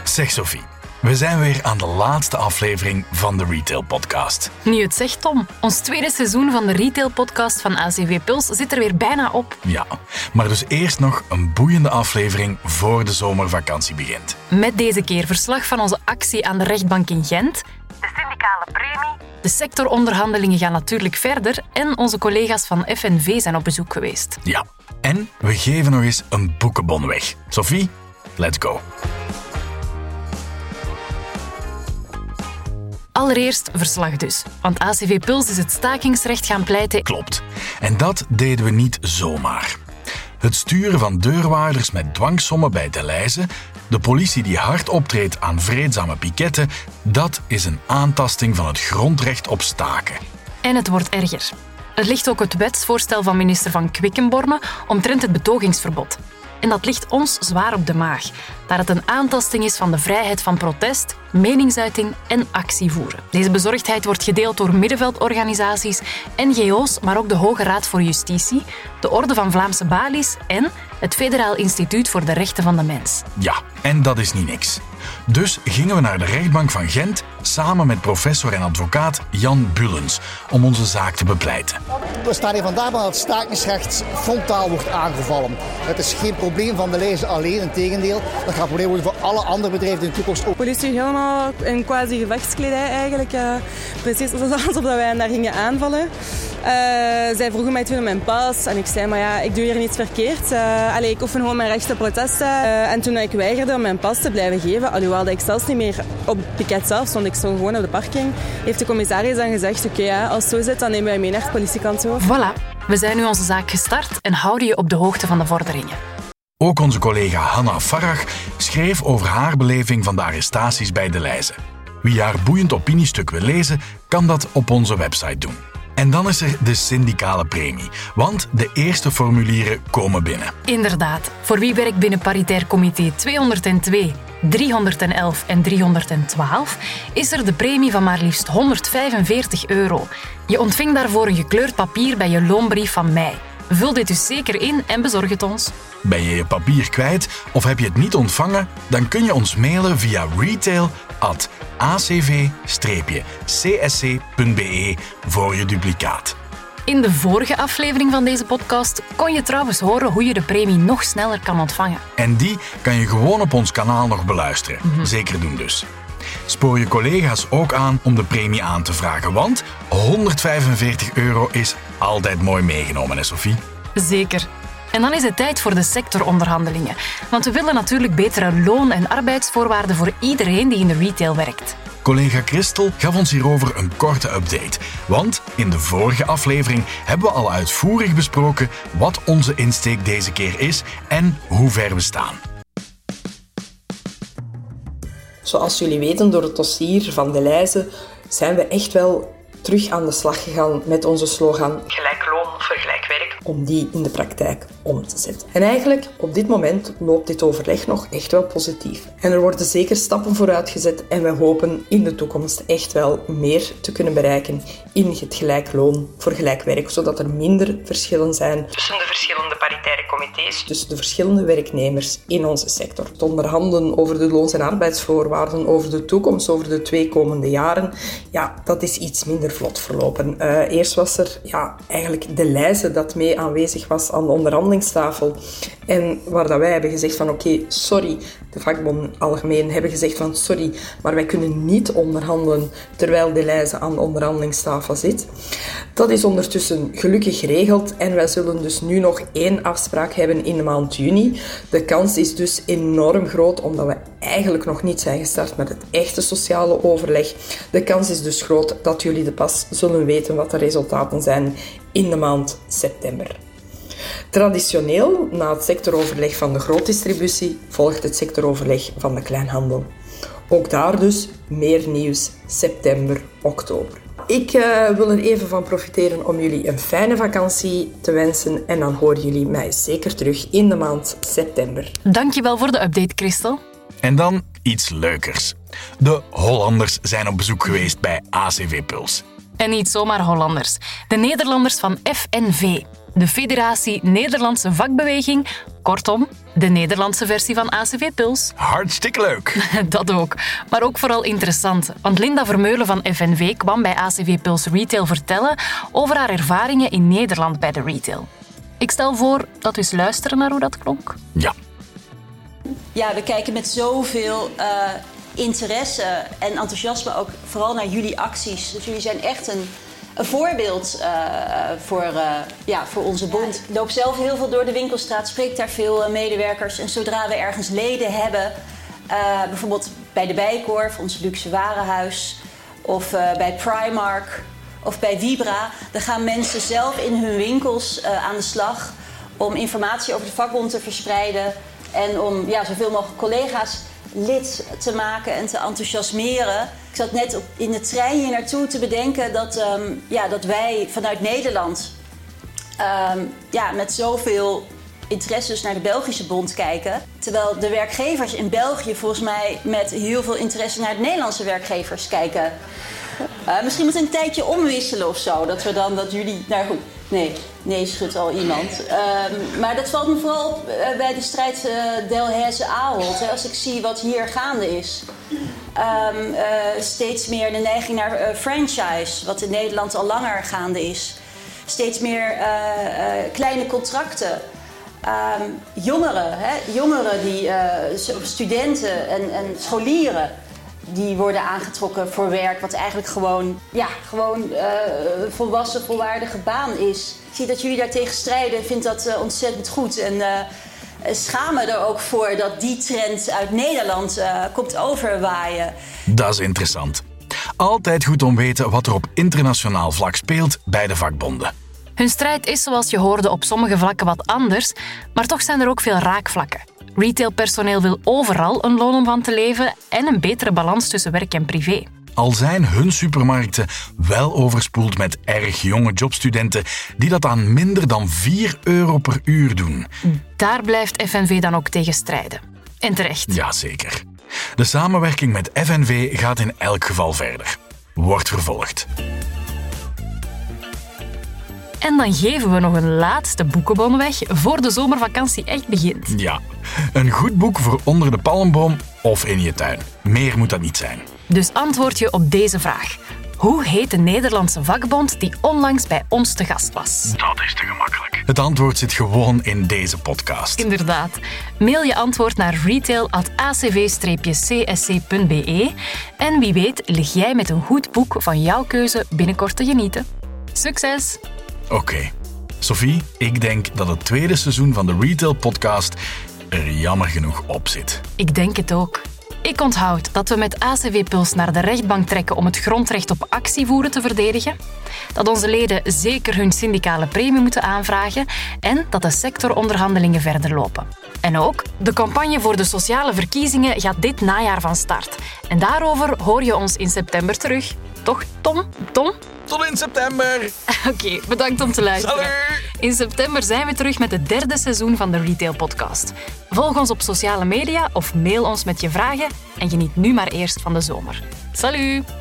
Zeg Sophie, we zijn weer aan de laatste aflevering van de Retail Podcast. Nu je het zegt, Tom. Ons tweede seizoen van de Retail Podcast van ACV Puls zit er weer bijna op. Ja, maar dus eerst nog een boeiende aflevering voor de zomervakantie begint. Met deze keer verslag van onze actie aan de rechtbank in Gent, de syndicale premie, de sectoronderhandelingen gaan natuurlijk verder en onze collega's van FNV zijn op bezoek geweest. Ja, en we geven nog eens een boekenbon weg. Sophie, let's go. Allereerst verslag dus, want ACV Puls is het stakingsrecht gaan pleiten. Klopt. En dat deden we niet zomaar. Het sturen van deurwaarders met dwangsommen bij Delhaize, de politie die hard optreedt aan vreedzame piketten, dat is een aantasting van het grondrecht op staken. En het wordt erger. Er ligt ook het wetsvoorstel van minister Van Quickenborne omtrent het betogingsverbod. En dat ligt ons zwaar op de maag, daar het een aantasting is van de vrijheid van protest, meningsuiting en actie voeren. Deze bezorgdheid wordt gedeeld door middenveldorganisaties, NGO's, maar ook de Hoge Raad voor Justitie, de Orde van Vlaamse Balies en het Federaal Instituut voor de Rechten van de Mens. Ja, en dat is niet niks. Dus gingen we naar de rechtbank van Gent samen met professor en advocaat Jan Bullens om onze zaak te bepleiten. We staan hier vandaag dat het stakingsrecht frontaal wordt aangevallen. Het is geen probleem van Delhaize alleen, integendeel. Dat gaat een probleem worden voor alle andere bedrijven in de toekomst ook. De politie helemaal in quasi-gevechtskledij eigenlijk. Precies alsof wij hen daar gingen aanvallen. Zij vroegen mij toen om mijn pas en ik zei, maar ja, ik doe hier niets verkeerd. Ik oefen gewoon mijn recht op protesten. En toen ik weigerde om mijn pas te blijven geven, alhoewel ik zelfs niet meer op het piket zelf stond, ik stond gewoon op de parking, heeft de commissaris dan gezegd, oké, als het zo zit, dan nemen wij mee naar het politiekantoor. Voilà, we zijn nu onze zaak gestart en houden je op de hoogte van de vorderingen. Ook onze collega Hanna Farag schreef over haar beleving van de arrestaties bij Delhaize. Wie haar boeiend opiniestuk wil lezen, kan dat op onze website doen. En dan is er de syndicale premie, want de eerste formulieren komen binnen. Inderdaad, voor wie werkt binnen paritair comité 202, 311 en 312 is er de premie van maar liefst €145. Je ontvingt daarvoor een gekleurd papier bij je loonbrief van mei. Vul dit dus zeker in en bezorg het ons. Ben je je papier kwijt of heb je het niet ontvangen? Dan kun je ons mailen via retail@acv-csc.be voor je duplicaat. In de vorige aflevering van deze podcast kon je trouwens horen hoe je de premie nog sneller kan ontvangen. En die kan je gewoon op ons kanaal nog beluisteren. Zeker doen dus. Spoor je collega's ook aan om de premie aan te vragen, want €145 is altijd mooi meegenomen, hè Sophie? Zeker. En dan is het tijd voor de sectoronderhandelingen. Want we willen natuurlijk betere loon- en arbeidsvoorwaarden voor iedereen die in de retail werkt. Collega Christel gaf ons hierover een korte update. Want in de vorige aflevering hebben we al uitvoerig besproken wat onze insteek deze keer is en hoe ver we staan. Zoals jullie weten door het dossier van Delhaize zijn we echt wel terug aan de slag gegaan met onze slogan gelijk loon voor gelijk werk, om die in de praktijk om te zetten. En eigenlijk, op dit moment loopt dit overleg nog echt wel positief. En er worden zeker stappen vooruit gezet en we hopen in de toekomst echt wel meer te kunnen bereiken in het gelijk loon voor gelijk werk, zodat er minder verschillen zijn tussen de verschillende paritaire comité's, tussen de verschillende werknemers in onze sector. Het onderhandelen over de loons- en arbeidsvoorwaarden, over de toekomst, over de 2 komende jaren, ja, dat is iets minder vlot verlopen. Eerst was er eigenlijk Delhaize dat mee aanwezig was aan de onderhandelingstafel. En waar dat wij hebben gezegd van oké, sorry, de vakbonden algemeen hebben gezegd van sorry, maar wij kunnen niet onderhandelen terwijl Delhaize aan de onderhandelingstafel zit. Dat is ondertussen gelukkig geregeld en wij zullen dus nu nog 1 afspraak hebben in de maand juni. De kans is dus enorm groot, omdat we eigenlijk nog niet zijn gestart met het echte sociale overleg. De kans is dus groot dat jullie de pas zullen weten wat de resultaten zijn in de maand september. Traditioneel, na het sectoroverleg van de grootdistributie, volgt het sectoroverleg van de kleinhandel. Ook daar dus meer nieuws september, oktober. Ik wil er even van profiteren om jullie een fijne vakantie te wensen en dan horen jullie mij zeker terug in de maand september. Dankjewel voor de update, Christel. En dan iets leukers. De Hollanders zijn op bezoek geweest bij ACV Puls. En niet zomaar Hollanders. De Nederlanders van FNV, de Federatie Nederlandse Vakbeweging, Kortom, de Nederlandse versie van ACV Puls. Hartstikke leuk. Dat ook. Maar ook vooral interessant. Want Linda Vermeulen van FNV kwam bij ACV Puls Retail vertellen over haar ervaringen in Nederland bij de retail. Ik stel voor dat we eens luisteren naar hoe dat klonk. Ja. Ja, we kijken met zoveel interesse en enthousiasme ook vooral naar jullie acties. Dus jullie zijn echt een voorbeeld voor onze bond. Ik loop zelf heel veel door de winkelstraat, spreek daar veel medewerkers. En zodra we ergens leden hebben, bijvoorbeeld bij de Bijenkorf, ons luxe warenhuis, of bij Primark of bij Vibra, dan gaan mensen zelf in hun winkels aan de slag om informatie over de vakbond te verspreiden en om zoveel mogelijk collega's lid te maken en te enthousiasmeren. Ik zat net in de trein hier naartoe te bedenken dat wij vanuit Nederland met zoveel interesses naar de Belgische bond kijken. Terwijl de werkgevers in België volgens mij met heel veel interesse naar de Nederlandse werkgevers kijken. Misschien moet een tijdje omwisselen of zo. Dat we dan, dat jullie... Nou goed, nee, schudt al iemand. Maar dat valt me vooral op bij de strijd Delhaize-Ahold. Als ik zie wat hier gaande is. Steeds meer de neiging naar franchise. Wat in Nederland al langer gaande is. Steeds meer kleine contracten. Jongeren die studenten en scholieren die worden aangetrokken voor werk wat eigenlijk gewoon volwassen, volwaardige baan is. Ik zie dat jullie daartegen strijden en vind dat ontzettend goed. En schamen er ook voor dat die trend uit Nederland komt overwaaien. Dat is interessant. Altijd goed om weten wat er op internationaal vlak speelt bij de vakbonden. Hun strijd is, zoals je hoorde, op sommige vlakken wat anders, maar toch zijn er ook veel raakvlakken. Retailpersoneel wil overal een loon om van te leven en een betere balans tussen werk en privé. Al zijn hun supermarkten wel overspoeld met erg jonge jobstudenten die dat aan minder dan €4 per uur doen. Daar blijft FNV dan ook tegen strijden. En terecht. Jazeker. De samenwerking met FNV gaat in elk geval verder. Wordt vervolgd. En dan geven we nog een laatste boekenbon weg voor de zomervakantie echt begint. Ja, een goed boek voor onder de palmboom of in je tuin. Meer moet dat niet zijn. Dus antwoord je op deze vraag. Hoe heet de Nederlandse vakbond die onlangs bij ons te gast was? Dat is te gemakkelijk. Het antwoord zit gewoon in deze podcast. Inderdaad. Mail je antwoord naar retail@acv-csc.be en wie weet lig jij met een goed boek van jouw keuze binnenkort te genieten. Succes! Oké. Sophie, ik denk dat het tweede seizoen van de Retail Podcast er jammer genoeg op zit. Ik denk het ook. Ik onthoud dat we met ACV Puls naar de rechtbank trekken om het grondrecht op actievoeren te verdedigen, dat onze leden zeker hun syndicale premie moeten aanvragen en dat de sectoronderhandelingen verder lopen. En ook, de campagne voor de sociale verkiezingen gaat dit najaar van start. En daarover hoor je ons in september terug. Toch, Tom? Tot in september! Oké, bedankt om te luisteren. Salut! In september zijn we terug met het derde seizoen van de Retail Podcast. Volg ons op sociale media of mail ons met je vragen en geniet nu maar eerst van de zomer. Salut!